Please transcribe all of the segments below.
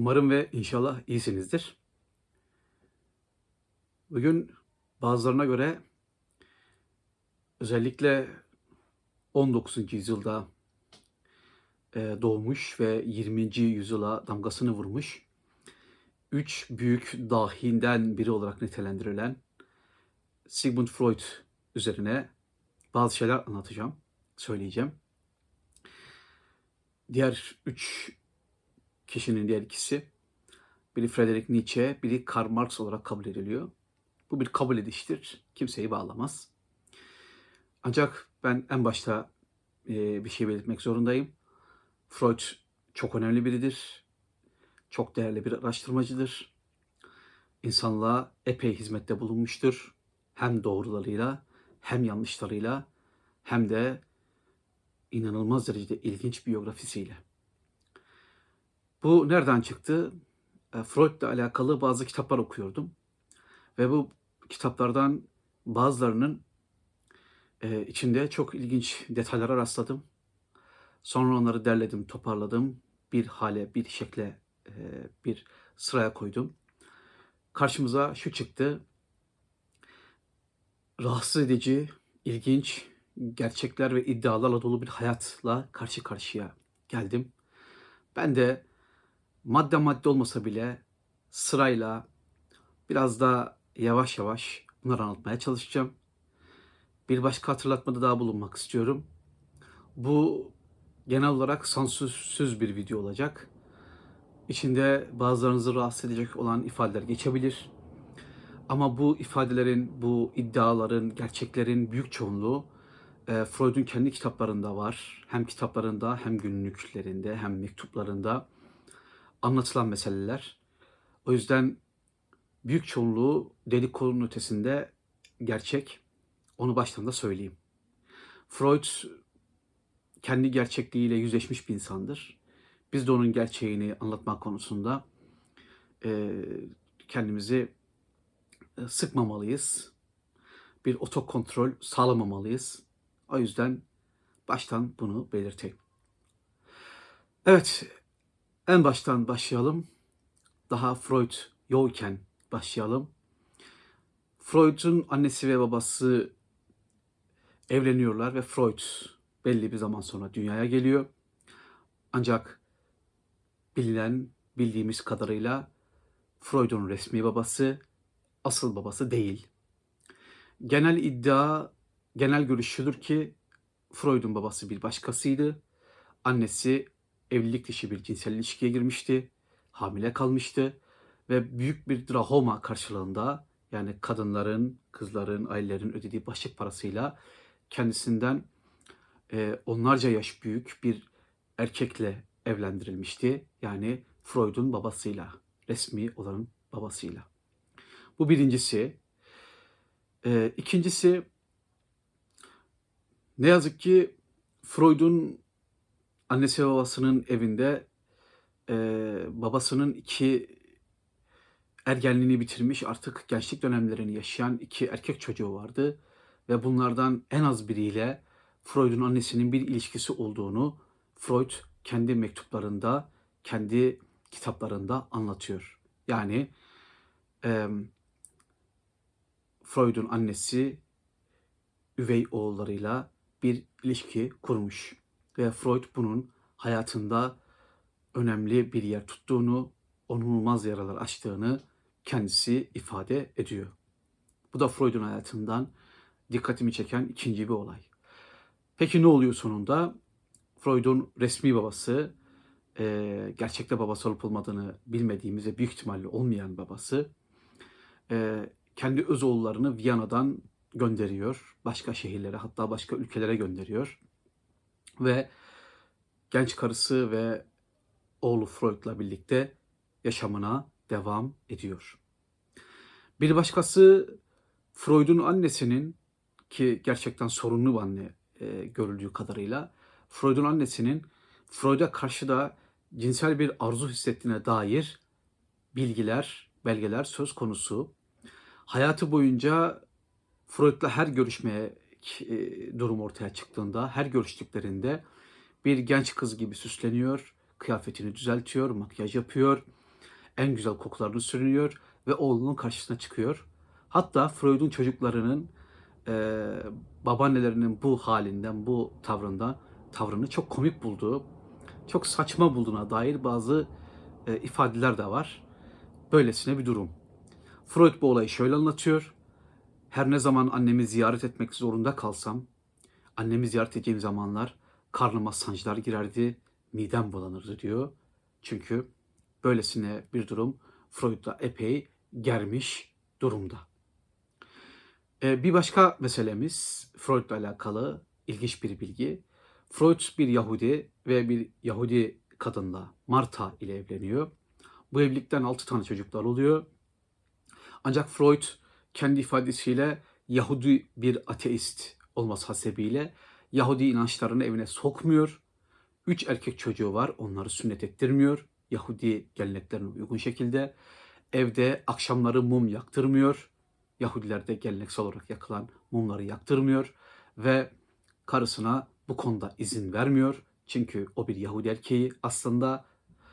Umarım ve inşallah iyisinizdir. Bugün bazılarına göre özellikle 19. yüzyılda doğmuş ve 20. yüzyıla damgasını vurmuş 3 büyük dahinden biri olarak nitelendirilen Sigmund Freud üzerine bazı şeyler anlatacağım, söyleyeceğim. Diğer 3 kişinin diğer ikisi biri Friedrich Nietzsche, biri Karl Marx olarak kabul ediliyor. Bu bir kabul ediştir. Kimseyi bağlamaz. Ancak ben en başta bir şey belirtmek zorundayım. Freud çok önemli biridir. Çok değerli bir araştırmacıdır. İnsanlığa epey hizmette bulunmuştur. Hem doğrularıyla, hem yanlışlarıyla, hem de inanılmaz derecede ilginç biyografisiyle. Bu nereden çıktı? Freud'la alakalı bazı kitaplar okuyordum. Ve bu kitaplardan bazılarının içinde çok ilginç detaylara rastladım. Sonra onları derledim, toparladım. Bir hale, bir şekle, bir sıraya koydum. Karşımıza şu çıktı: rahatsız edici, ilginç, gerçekler ve iddialarla dolu bir hayatla karşı karşıya geldim. Ben de madde olmasa bile sırayla biraz da yavaş yavaş bunları anlatmaya çalışacağım. Bir başka hatırlatmada daha bulunmak istiyorum. Bu genel olarak sansürsüz bir video olacak. İçinde bazılarınızı rahatsız edecek olan ifadeler geçebilir. Ama bu ifadelerin, bu iddiaların, gerçeklerin büyük çoğunluğu Freud'un kendi kitaplarında var. Hem kitaplarında, hem günlüklerinde, hem mektuplarında anlatılan meseleler. O yüzden büyük çoğunluğu dedikodunun ötesinde gerçek. Onu baştan da söyleyeyim. Freud kendi gerçekliğiyle yüzleşmiş bir insandır. Biz de onun gerçeğini anlatmak konusunda kendimizi sıkmamalıyız. Bir otokontrol sağlamamalıyız. O yüzden baştan bunu belirteyim. Evet, en baştan başlayalım. Daha Freud yokken başlayalım. Freud'un annesi ve babası evleniyorlar ve Freud belli bir zaman sonra dünyaya geliyor. Ancak bildiğimiz kadarıyla Freud'un resmi babası, asıl babası değil. Genel iddia, genel görüş şudur ki Freud'un babası bir başkasıydı. Annesi evlilik dışı bir cinsel ilişkiye girmişti, hamile kalmıştı ve büyük bir drahoma karşılığında, yani kadınların, kızların, ailelerin ödediği başlık parasıyla kendisinden onlarca yaş büyük bir erkekle evlendirilmişti. Yani Freud'un babasıyla, resmi olan babasıyla. Bu birincisi. İkincisi, ne yazık ki Freud'un annesi ve babasının evinde babasının iki ergenliğini bitirmiş, artık gençlik dönemlerini yaşayan iki erkek çocuğu vardı. Ve bunlardan en az biriyle Freud'un annesinin bir ilişkisi olduğunu Freud kendi mektuplarında, kendi kitaplarında anlatıyor. Yani Freud'un annesi üvey oğullarıyla bir ilişki kurmuş. Ve Freud bunun hayatında önemli bir yer tuttuğunu, onulmaz yaralar açtığını kendisi ifade ediyor. Bu da Freud'un hayatından dikkatimi çeken ikinci bir olay. Peki ne oluyor sonunda? Freud'un resmi babası, gerçekte babası olup olmadığını bilmediğimiz ve büyük ihtimalle olmayan babası, kendi öz oğullarını Viyana'dan gönderiyor. Başka şehirlere, hatta başka ülkelere gönderiyor. Ve genç karısı ve oğlu Freud'la birlikte yaşamına devam ediyor. Bir başkası, Freud'un annesinin, ki gerçekten sorunlu bir anne görüldüğü kadarıyla, Freud'un annesinin Freud'a karşı da cinsel bir arzu hissettiğine dair bilgiler, belgeler söz konusu. Hayatı boyunca Freud'la her görüşmeye durum ortaya çıktığında, her görüştüklerinde bir genç kız gibi süsleniyor, kıyafetini düzeltiyor, makyaj yapıyor, en güzel kokularını sürünüyor ve oğlunun karşısına çıkıyor. Hatta Freud'un çocuklarının eee, babaannelerinin bu halinden, bu tavrını çok komik bulduğu, çok saçma bulduğuna dair bazı ifadeler de var. Böylesine bir durum. Freud bu olayı şöyle anlatıyor. Her ne zaman annemi ziyaret etmek zorunda kalsam, annemi ziyaret edeceğim zamanlar karnıma sancılar girerdi, midem bulanırdı diyor. Çünkü böylesine bir durum Freud'da epey germiş durumda. Bir başka meselemiz Freud'la alakalı ilginç bir bilgi. Freud bir Yahudi ve bir Yahudi kadınla Marta ile evleniyor. Bu evlilikten 6 tane çocuklar oluyor. Ancak Freud kendi ifadesiyle Yahudi bir ateist olması hasebiyle Yahudi inançlarını evine sokmuyor. 3 erkek çocuğu var, onları sünnet ettirmiyor. Yahudi geleneklerine uygun şekilde. Evde akşamları mum yaktırmıyor. Yahudilerde geleneksel olarak yakılan mumları yaktırmıyor. Ve karısına bu konuda izin vermiyor. Çünkü o bir Yahudi erkeği aslında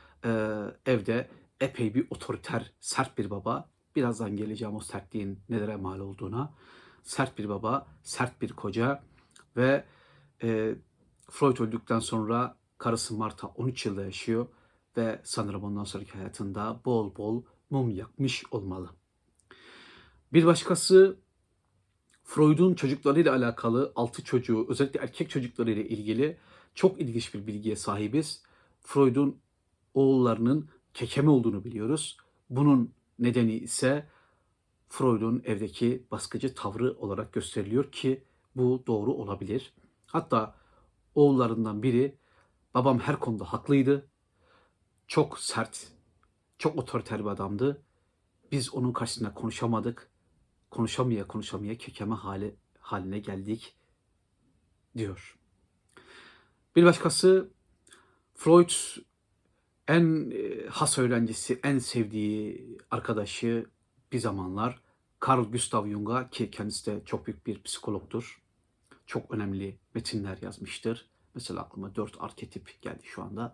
evde epey bir otoriter, sert bir baba. Birazdan geleceğim o sertliğin nelere mal olduğuna. Sert bir baba, sert bir koca ve Freud öldükten sonra karısı Marta 13 yılda yaşıyor ve sanırım ondan sonraki hayatında bol bol mum yakmış olmalı. Bir başkası Freud'un çocuklarıyla alakalı 6 çocuğu, özellikle erkek çocuklarıyla ilgili çok ilginç bir bilgiye sahibiz. Freud'un oğullarının kekeme olduğunu biliyoruz. Bunun nedeni ise Freud'un evdeki baskıcı tavrı olarak gösteriliyor ki bu doğru olabilir. Hatta oğullarından biri babam her konuda haklıydı. Çok sert, çok otoriter bir adamdı. Biz onun karşısında konuşamadık. Konuşamaya kekeme haline geldik diyor. Bir başkası Freud en has öğrencisi, en sevdiği arkadaşı bir zamanlar Carl Gustav Jung'a ki kendisi de çok büyük bir psikologdur. Çok önemli metinler yazmıştır. Mesela aklıma 4 arketip geldi şu anda.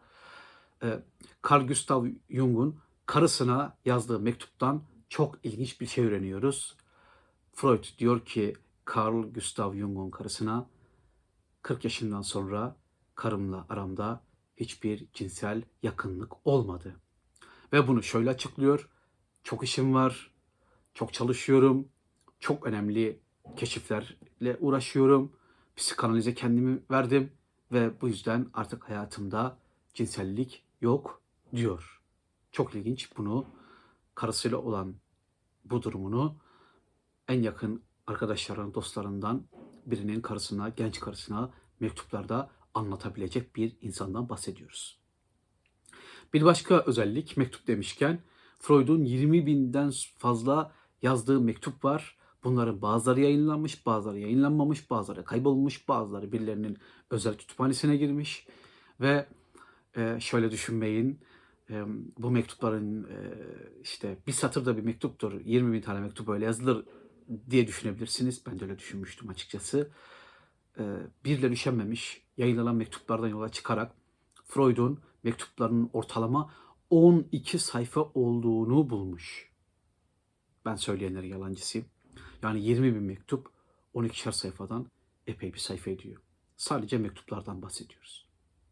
Carl Gustav Jung'un karısına yazdığı mektuptan çok ilginç bir şey öğreniyoruz. Freud diyor ki Carl Gustav Jung'un karısına 40 yaşından sonra karımla aramda hiçbir cinsel yakınlık olmadı. Ve bunu şöyle açıklıyor. Çok işim var, çok çalışıyorum, çok önemli keşiflerle uğraşıyorum. Psikanalize kendimi verdim ve bu yüzden artık hayatımda cinsellik yok diyor. Çok ilginç bunu karısıyla olan bu durumunu en yakın arkadaşlarından, dostlarından birinin karısına, genç karısına mektuplarda anlatabilecek bir insandan bahsediyoruz. Bir başka özellik mektup demişken Freud'un 20.000'den fazla yazdığı mektup var. Bunların bazıları yayınlanmış, bazıları yayınlanmamış, bazıları kaybolmuş, bazıları birilerinin özel kütüphanesine girmiş. Ve şöyle düşünmeyin, bu mektupların işte bir satırda bir mektuptur, 20.000 tane mektup öyle yazılır diye düşünebilirsiniz. Ben de öyle düşünmüştüm açıkçası. Birileri üşenmemiş, yayınlanan mektuplardan yola çıkarak Freud'un mektuplarının ortalama 12 sayfa olduğunu bulmuş. Ben söyleyenlerin yalancısıyım. Yani 20.000 mektup 12'şer sayfadan epey bir sayfa ediyor. Sadece mektuplardan bahsediyoruz.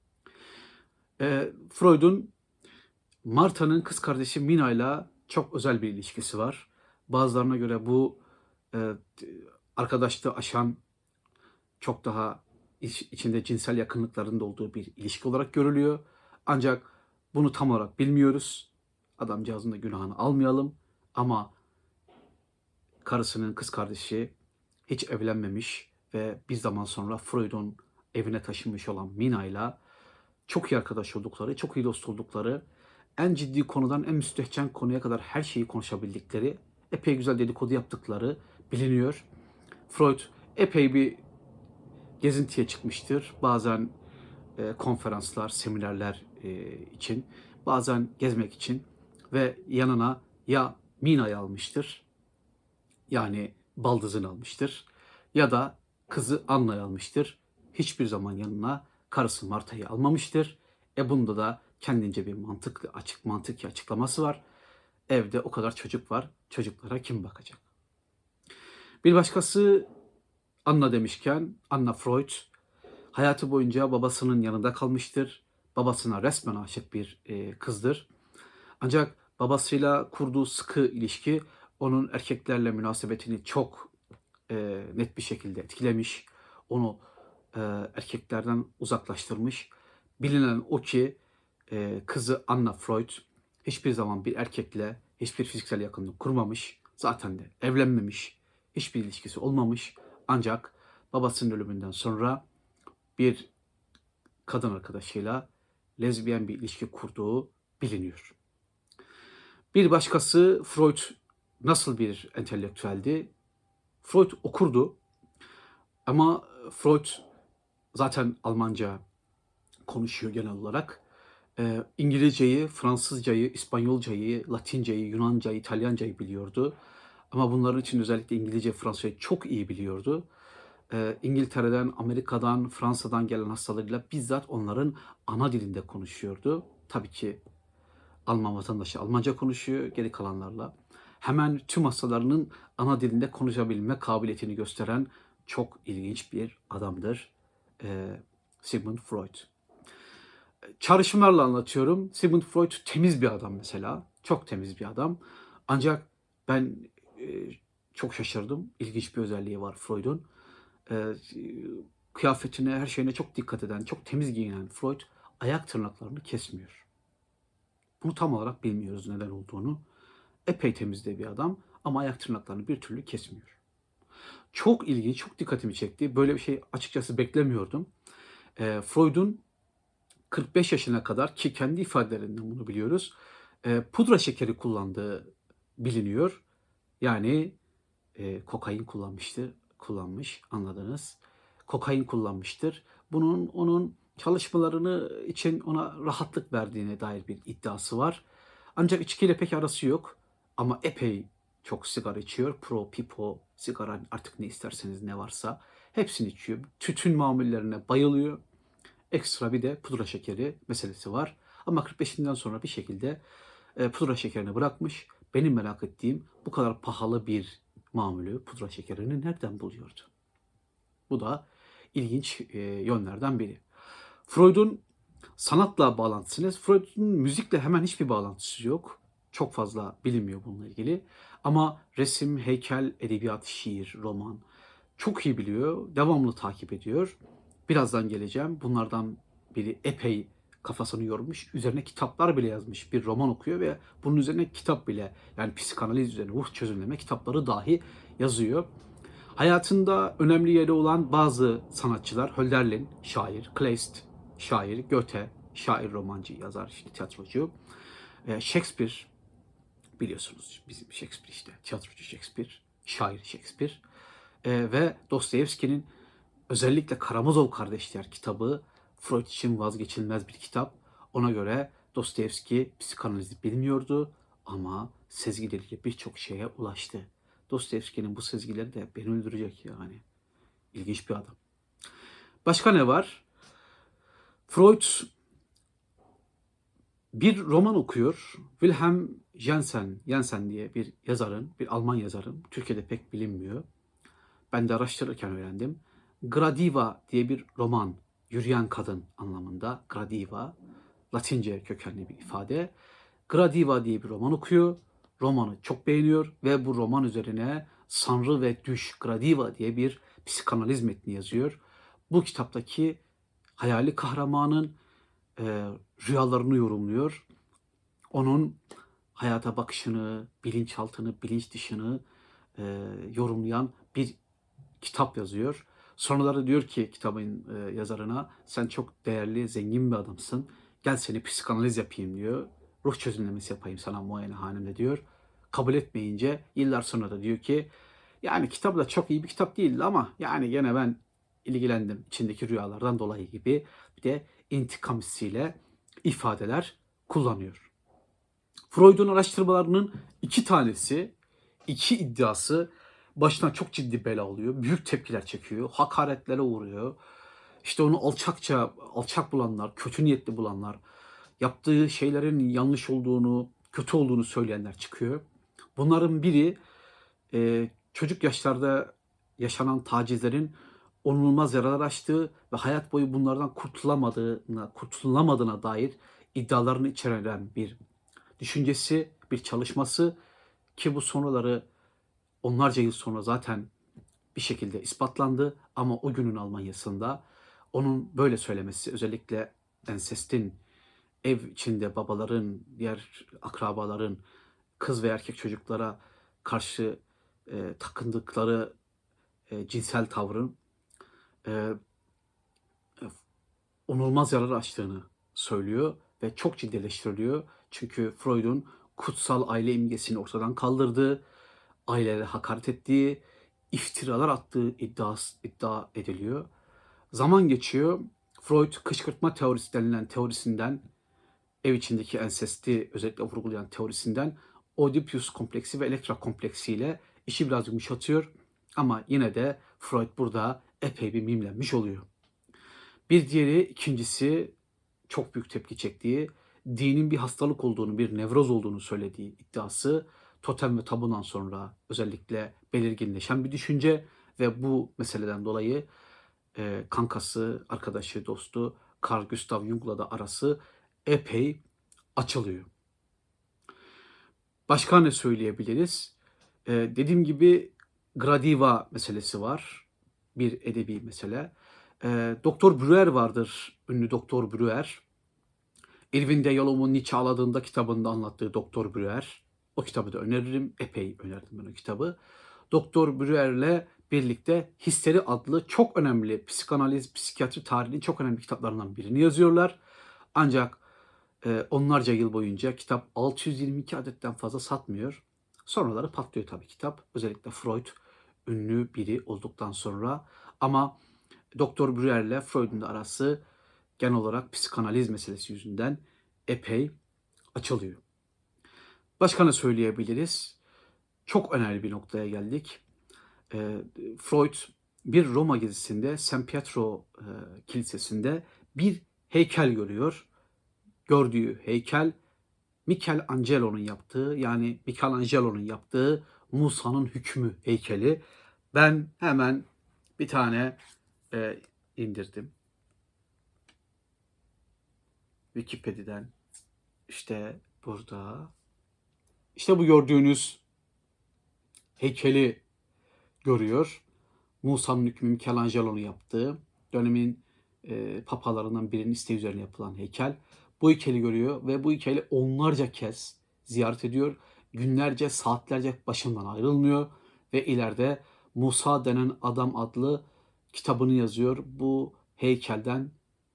Freud'un Marta'nın kız kardeşi Mina ile çok özel bir ilişkisi var. Bazılarına göre bu arkadaşlığı aşan çok daha içinde cinsel yakınlıkların da olduğu bir ilişki olarak görülüyor. Ancak bunu tam olarak bilmiyoruz. Adamcağızın da günahını almayalım. Ama karısının kız kardeşi hiç evlenmemiş ve bir zaman sonra Freud'un evine taşınmış olan Mina ile çok iyi arkadaş oldukları, çok iyi dost oldukları, en ciddi konudan en müstehcen konuya kadar her şeyi konuşabildikleri, epey güzel dedikodu yaptıkları biliniyor. Freud epey bir gezintiye çıkmıştır. Bazen konferanslar, seminerler için, bazen gezmek için ve yanına ya Mina'yı almıştır, yani baldızını almıştır ya da kızı Anna'yı almıştır. Hiçbir zaman yanına karısı Marta'yı almamıştır. Bunda da kendince bir mantıklı açıklaması var. Evde o kadar çocuk var. Çocuklara kim bakacak? Bir başkası Anna demişken Anna Freud hayatı boyunca babasının yanında kalmıştır. Babasına resmen aşık bir kızdır. Ancak babasıyla kurduğu sıkı ilişki onun erkeklerle münasebetini çok net bir şekilde etkilemiş. Onu erkeklerden uzaklaştırmış. Bilinen o ki kızı Anna Freud hiçbir zaman bir erkekle hiçbir fiziksel yakınlık kurmamış. Zaten de evlenmemiş. Hiçbir ilişkisi olmamış. Ancak babasının ölümünden sonra bir kadın arkadaşıyla lezbiyen bir ilişki kurduğu biliniyor. Bir başkası Freud nasıl bir entelektüeldi? Freud okurdu ama Freud zaten Almanca konuşuyor genel olarak. İngilizceyi, Fransızcayı, İspanyolcayı, Latinceyi, Yunancayı, İtalyancayı biliyordu. Ama bunların için özellikle İngilizce, Fransızcayı çok iyi biliyordu. İngiltere'den, Amerika'dan, Fransa'dan gelen hastalarıyla bizzat onların ana dilinde konuşuyordu. Tabii ki Alman vatandaşı Almanca konuşuyor, geri kalanlarla. Hemen tüm hastalarının ana dilinde konuşabilme kabiliyetini gösteren çok ilginç bir adamdır Sigmund Freud. Çağrışımlarla anlatıyorum. Sigmund Freud temiz bir adam mesela. Çok temiz bir adam. Ancak ben çok şaşırdım. İlginç bir özelliği var Freud'un. E, Kıyafetine, her şeyine çok dikkat eden, çok temiz giyinen Freud ayak tırnaklarını kesmiyor. Bunu tam olarak bilmiyoruz neden olduğunu. Epey temiz de bir adam ama ayak tırnaklarını bir türlü kesmiyor. Çok ilginç, çok dikkatimi çekti. Böyle bir şey açıkçası beklemiyordum. Freud'un 45 yaşına kadar ki kendi ifadelerinden bunu biliyoruz. Pudra şekeri kullandığı biliniyor. Yani kokain kullanmış anladınız. Kokain kullanmıştır. Bunun onun çalışmalarını için ona rahatlık verdiğine dair bir iddiası var. Ancak içkiyle pek arası yok. Ama epey çok sigara içiyor. Pro, pipo, sigara artık ne isterseniz ne varsa hepsini içiyor. Tütün mamullerine bayılıyor. Ekstra bir de pudra şekeri meselesi var. Ama 45'inden sonra bir şekilde pudra şekerini bırakmış. Benim merak ettiğim bu kadar pahalı bir mamulü pudra şekerini nereden buluyordu? Bu da ilginç yönlerden biri. Freud'un sanatla bağlantısı ne? Freud'un müzikle hemen hiçbir bağlantısı yok. Çok fazla bilinmiyor bununla ilgili. Ama resim, heykel, edebiyat, şiir, roman çok iyi biliyor. Devamlı takip ediyor. Birazdan geleceğim. Bunlardan biri epey kafasını yormuş. Üzerine kitaplar bile yazmış. Bir roman okuyor ve bunun üzerine kitap bile, yani psikanaliz üzerine, ruh çözümleme kitapları dahi yazıyor. Hayatında önemli yeri olan bazı sanatçılar, Hölderlin, şair, Kleist, şair, Goethe, şair, romancı, yazar, işte tiyatrocu, Shakespeare, biliyorsunuz bizim Shakespeare işte, tiyatrocu Shakespeare, şair Shakespeare ve Dostoyevski'nin özellikle Karamazov Kardeşler kitabı Freud için vazgeçilmez bir kitap. Ona göre Dostoyevski psikanalizi bilmiyordu ama sezgileriyle birçok şeye ulaştı. Dostoyevski'nin bu sezgileri de beni öldürecek yani. İlginç bir adam. Başka ne var? Freud bir roman okuyor. Wilhelm Jensen diye bir yazarın, bir Alman yazarın, Türkiye'de pek bilinmiyor. Ben de araştırırken öğrendim. Gradiva diye bir roman, yürüyen kadın anlamında. Gradiva, Latince kökenli bir ifade. Gradiva diye bir roman okuyor. Romanı çok beğeniyor ve bu roman üzerine Sanrı ve Düş, Gradiva diye bir psikanaliz metni yazıyor. Bu kitaptaki hayali kahramanın rüyalarını yorumluyor. Onun hayata bakışını, bilinçaltını, bilinç dışını yorumlayan bir kitap yazıyor. Sonraları diyor ki kitabın yazarına, sen çok değerli, zengin bir adamsın. Gel seni psikanaliz yapayım diyor. Ruh çözümlemesi yapayım sana muayenehanemde diyor. Kabul etmeyince yıllar sonra da diyor ki yani kitap da çok iyi bir kitap değildi ama yani gene ben ilgilendim içindeki rüyalardan dolayı gibi bir de intikam hissiyle ifadeler kullanıyor. Freud'un araştırmalarının iki iddiası başına çok ciddi bela oluyor. Büyük tepkiler çekiyor. Hakaretlere uğruyor. İşte onu alçak bulanlar, kötü niyetli bulanlar, yaptığı şeylerin yanlış olduğunu, kötü olduğunu söyleyenler çıkıyor. Bunların biri çocuk yaşlarda yaşanan tacizlerin onulmaz yaralar açtığı ve hayat boyu bunlardan kurtulamadığına dair iddialarını içeren bir düşüncesi, bir çalışması ki bu sonraları onlarca yıl sonra zaten bir şekilde ispatlandı ama o günün Almanya'sında onun böyle söylemesi, özellikle ensestin, ev içinde babaların, diğer akrabaların kız ve erkek çocuklara karşı takındıkları cinsel tavrın e, onulmaz yaralar açtığını söylüyor ve çok ciddileştiriliyor. Çünkü Freud'un kutsal aile imgesini ortadan kaldırdığı, ailelere hakaret ettiği, iftiralar attığı iddia ediliyor. Zaman geçiyor. Freud kışkırtma teorisi denilen teorisinden, ev içindeki ensesti özellikle vurgulayan teorisinden Oedipus kompleksi ve Elektra kompleksiyle işi biraz yumuşatıyor. Ama yine de Freud burada epey bir mimlenmiş oluyor. Bir diğeri, ikincisi çok büyük tepki çektiği, dinin bir hastalık olduğunu, bir nevroz olduğunu söylediği iddiası totem ve tabudan sonra özellikle belirginleşen bir düşünce ve bu meseleden dolayı kankası, arkadaşı, dostu Carl Gustav Jung'la da arası epey açılıyor. Başka ne söyleyebiliriz? Dediğim gibi gradiva meselesi var. Bir edebi mesele. Doktor Breuer vardır, ünlü Doktor Breuer. Irving de Yalom'un Nietzsche ağladığında kitabında anlattığı Doktor Breuer. O kitabı da öneririm. Epey önerdim ben o kitabı. Doktor Breuer'le birlikte Histeri adlı çok önemli psikanaliz, psikiyatri tarihinin çok önemli kitaplarından birini yazıyorlar. Ancak onlarca yıl boyunca kitap 622 adetten fazla satmıyor. Sonraları patlıyor tabii kitap. Özellikle Freud ünlü biri olduktan sonra. Ama Doktor Breuer'le Freud'un da arası genel olarak psikanaliz meselesi yüzünden epey açılıyor. Başka ne söyleyebiliriz? Çok önemli bir noktaya geldik. Freud bir Roma gezisinde San Pietro Kilisesi'nde bir heykel görüyor. Gördüğü heykel Michelangelo'nun yaptığı Musa'nın hükmü heykeli. Ben hemen bir tane indirdim. Wikipedia'dan. İşte burada. İşte bu gördüğünüz heykeli görüyor. Musa'nın hükmü Michelangelo'nun yaptığı, dönemin papalarından birinin isteği üzerine yapılan heykel. Bu heykeli görüyor ve bu heykeli onlarca kez ziyaret ediyor. Günlerce, saatlerce başından ayrılmıyor ve ileride Musa denen adam adlı kitabını yazıyor. Bu heykelden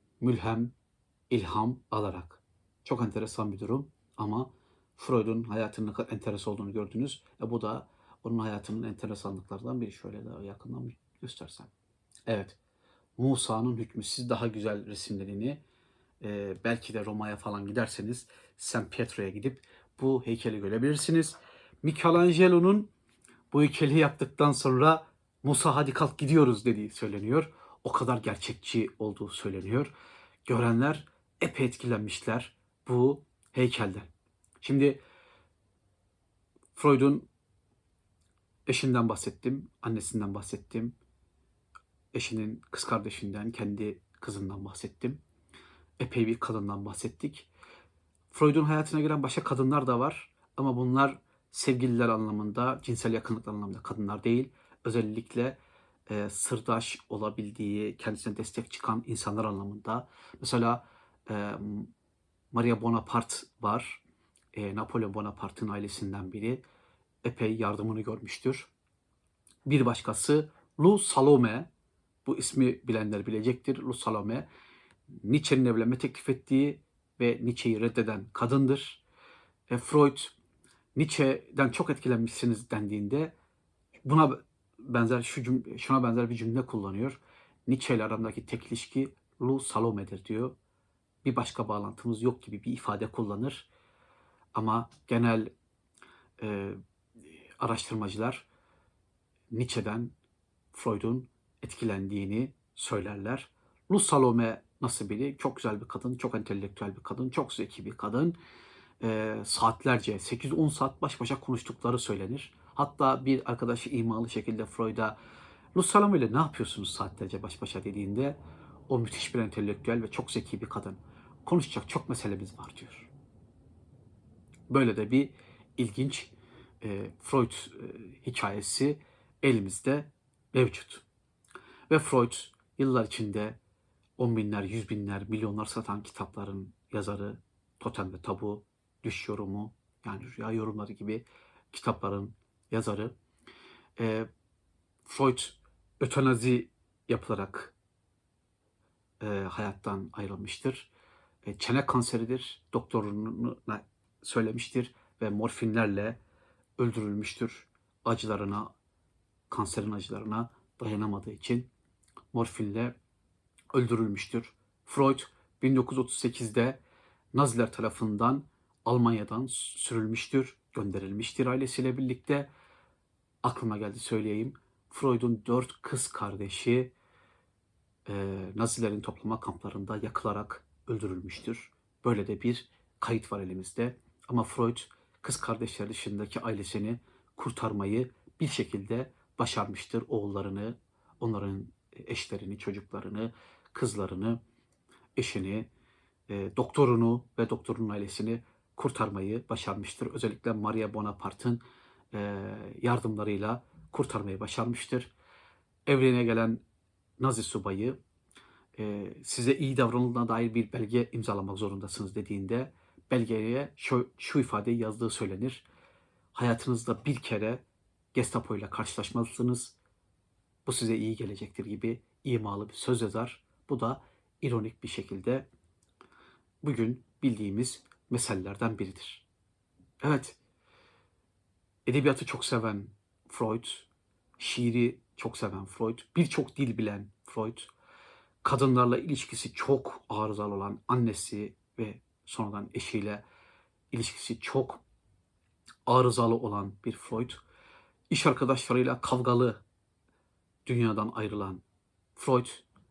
ilham alarak. Çok enteresan bir durum ama Freud'un hayatının ne kadar enteresan olduğunu gördünüz. Bu da onun hayatının enteresanlıklardan biri. Şöyle daha yakından göstersem. Evet. Musa'nın hükmü. Siz daha güzel resimlerini belki de Roma'ya falan giderseniz San Pietro'ya gidip bu heykeli görebilirsiniz. Michelangelo'nun bu heykeli yaptıktan sonra Musa hadi kalk gidiyoruz dediği söyleniyor. O kadar gerçekçi olduğu söyleniyor. Görenler epey etkilenmişler bu heykelden. Şimdi Freud'un eşinden bahsettim, annesinden bahsettim, eşinin kız kardeşinden, kendi kızından bahsettim. Epey bir kadından bahsettik. Freud'un hayatına giren başka kadınlar da var ama bunlar sevgililer anlamında, cinsel yakınlık anlamında kadınlar değil. Özellikle sırdaş olabildiği, kendisine destek çıkan insanlar anlamında. Mesela Maria Bonaparte var. Napolyon Bonaparte'ın ailesinden biri. Epey yardımını görmüştür. Bir başkası Lou Salome. Bu ismi bilenler bilecektir. Lou Salome, Nietzsche'nin evlenme teklif ettiği ve Nietzsche'yi reddeden kadındır. Freud, Nietzsche'den çok etkilenmişsiniz dendiğinde şuna benzer bir cümle kullanıyor. Nietzsche ile aramdaki tek ilişki Lou Salome'dir diyor. Bir başka bağlantımız yok gibi bir ifade kullanır. Ama genel araştırmacılar Nietzsche'den Freud'un etkilendiğini söylerler. Lou Salome nasıl biri? Çok güzel bir kadın, çok entelektüel bir kadın, çok zeki bir kadın. saatlerce, 8-10 saat baş başa konuştukları söylenir. Hatta bir arkadaşı imalı şekilde Freud'a Ruth Salome ile ne yapıyorsunuz saatlerce baş başa dediğinde o müthiş bir entelektüel ve çok zeki bir kadın. Konuşacak çok meselemiz var diyor. Böyle de bir ilginç Freud hikayesi elimizde mevcut. Ve Freud yıllar içinde on binler, yüz binler, milyonlar satan kitapların yazarı, Totem ve Tabu, Düş Yorumu, yani Rüya Yorumları gibi kitapların yazarı. Freud ötenazi yapılarak hayattan ayrılmıştır. Çene kanseridir, doktoruna söylemiştir ve morfinlerle öldürülmüştür. Acılarına, kanserin acılarına dayanamadığı için morfinle öldürülmüştür. Freud 1938'de Naziler tarafından Almanya'dan sürülmüştür, gönderilmiştir ailesiyle birlikte. Aklıma geldi söyleyeyim. Freud'un 4 kız kardeşi Nazilerin toplama kamplarında yakılarak öldürülmüştür. Böyle de bir kayıt var elimizde. Ama Freud kız kardeşler dışındaki ailesini kurtarmayı bir şekilde başarmıştır. Oğullarını, onların eşlerini, çocuklarını, kızlarını, eşini, doktorunu ve doktorun ailesini kurtarmayı başarmıştır. Özellikle Maria Bonaparte'ın yardımlarıyla kurtarmayı başarmıştır. Evine gelen Nazi subayı size iyi davranıldığına dair bir belge imzalamak zorundasınız dediğinde belgeye şu ifadeyi yazdığı söylenir. Hayatınızda bir kere Gestapo ile karşılaşmalısınız. Bu size iyi gelecektir gibi imalı bir söz yazar. Bu da ironik bir şekilde bugün bildiğimiz meselelerden biridir. Evet, edebiyatı çok seven Freud, şiiri çok seven Freud, birçok dil bilen Freud, kadınlarla ilişkisi çok arızalı olan annesi ve sonradan eşiyle ilişkisi çok arızalı olan bir Freud, iş arkadaşlarıyla kavgalı, dünyadan ayrılan Freud,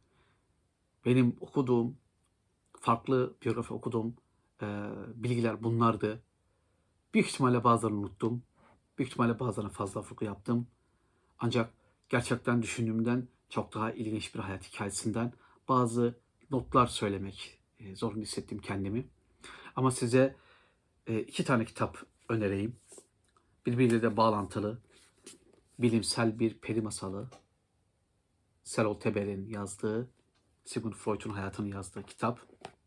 benim okuduğum, farklı biyografi okuduğum bilgiler bunlardı. Büyük ihtimalle bazılarını unuttum. Büyük ihtimalle bazılarına fazla vurgu yaptım. Ancak gerçekten düşündüğümden çok daha ilginç bir hayat hikayesinden bazı notlar söylemek zorunda hissettim kendimi. Ama size 2 tane kitap önereyim. Birbiriyle de bağlantılı. Bilimsel bir peri masalı. Serol Teber'in yazdığı, Sigmund Freud'un hayatını yazdığı kitap.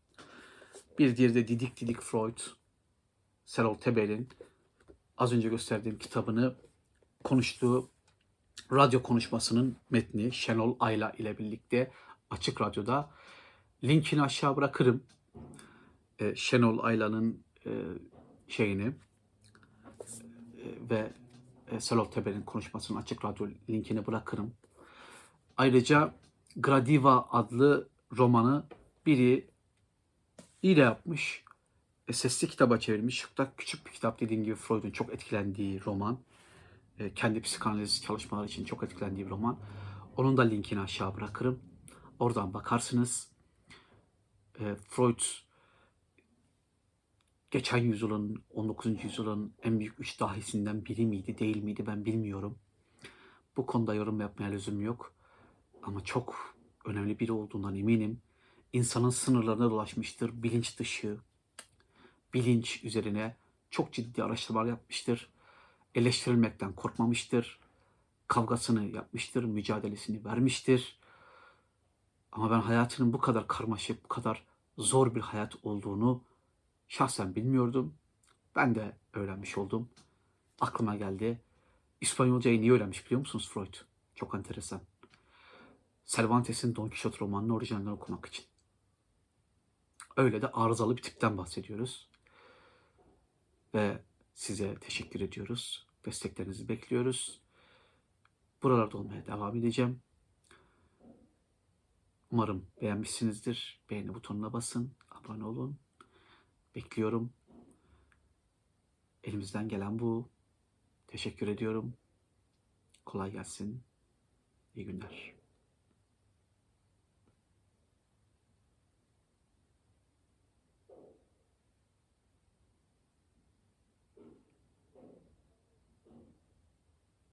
Bir diğeri de Didik Didik Freud. Serol Teber'in az önce gösterdiğim kitabını konuştuğu radyo konuşmasının metni Şenol Ayla ile birlikte Açık Radyo'da. Linkini aşağı bırakırım. Şenol Ayla'nın şeyini ve Serol Teber'in konuşmasının Açık Radyo linkini bırakırım. Ayrıca Gradiva adlı romanı biri iyi de yapmış. Sesli kitaba çevirmiş. Çok da küçük bir kitap, dediğim gibi Freud'un çok etkilendiği roman. Kendi psikanaliz çalışmaları için çok etkilendiği bir roman. Onun da linkini aşağı bırakırım. Oradan bakarsınız. Freud geçen yüzyılın, 19. yüzyılın en büyük 3 dahisinden biri miydi, değil miydi ben bilmiyorum. Bu konuda yorum yapmaya lüzum yok. Ama çok önemli biri olduğundan eminim. İnsanın sınırlarına dolaşmıştır. Bilinç dışı, bilinç üzerine çok ciddi araştırmalar yapmıştır. Eleştirilmekten korkmamıştır. Kavgasını yapmıştır, mücadelesini vermiştir. Ama ben hayatının bu kadar karmaşık, bu kadar zor bir hayat olduğunu şahsen bilmiyordum. Ben de öğrenmiş oldum. Aklıma geldi. İspanyolcayı niye öğrenmiş biliyor musunuz Freud? Çok enteresan. Cervantes'in Don Quixote romanını orijinalden okumak için. Öyle de arızalı bir tipten bahsediyoruz. Ve size teşekkür ediyoruz. Desteklerinizi bekliyoruz. Buralarda olmaya devam edeceğim. Umarım beğenmişsinizdir. Beğeni butonuna basın. Abone olun. Bekliyorum. Elimizden gelen bu. Teşekkür ediyorum. Kolay gelsin. İyi günler.